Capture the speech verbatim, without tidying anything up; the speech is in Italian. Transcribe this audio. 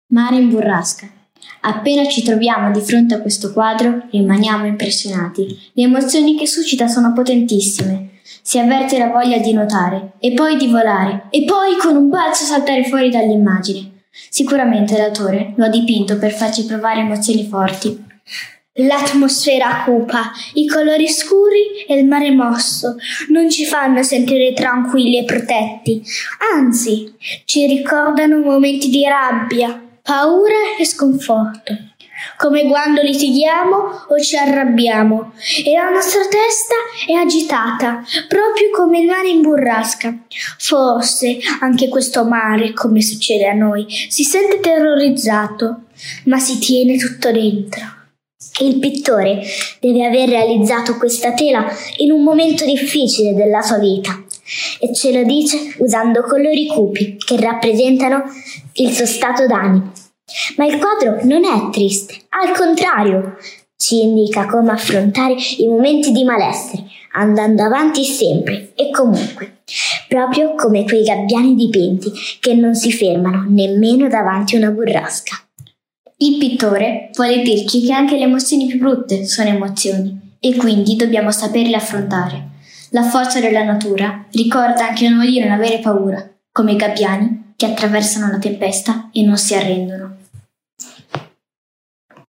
Mare in burrasca. Appena ci troviamo di fronte a questo quadro, rimaniamo impressionati. Le emozioni che suscita sono potentissime. Si avverte la voglia di nuotare, e poi di volare, e poi con un balzo saltare fuori dall'immagine. Sicuramente l'autore lo ha dipinto per farci provare emozioni forti. L'atmosfera cupa, i colori scuri e il mare mosso non ci fanno sentire tranquilli e protetti, anzi, ci ricordano momenti di rabbia, paura e sconforto, come quando litighiamo o ci arrabbiamo e la nostra testa è agitata, proprio come il mare in burrasca. Forse anche questo mare, come succede a noi, si sente terrorizzato, ma si tiene tutto dentro. Il pittore deve aver realizzato questa tela in un momento difficile della sua vita e ce lo dice usando colori cupi che rappresentano il suo stato d'animo. Ma il quadro non è triste, al contrario, ci indica come affrontare i momenti di malessere, andando avanti sempre e comunque, proprio come quei gabbiani dipinti che non si fermano nemmeno davanti a una burrasca. Il pittore vuole dirci che anche le emozioni più brutte sono emozioni e quindi dobbiamo saperle affrontare. La forza della natura ricorda anche a noi di non avere paura, come i gabbiani che attraversano la tempesta e non si arrendono.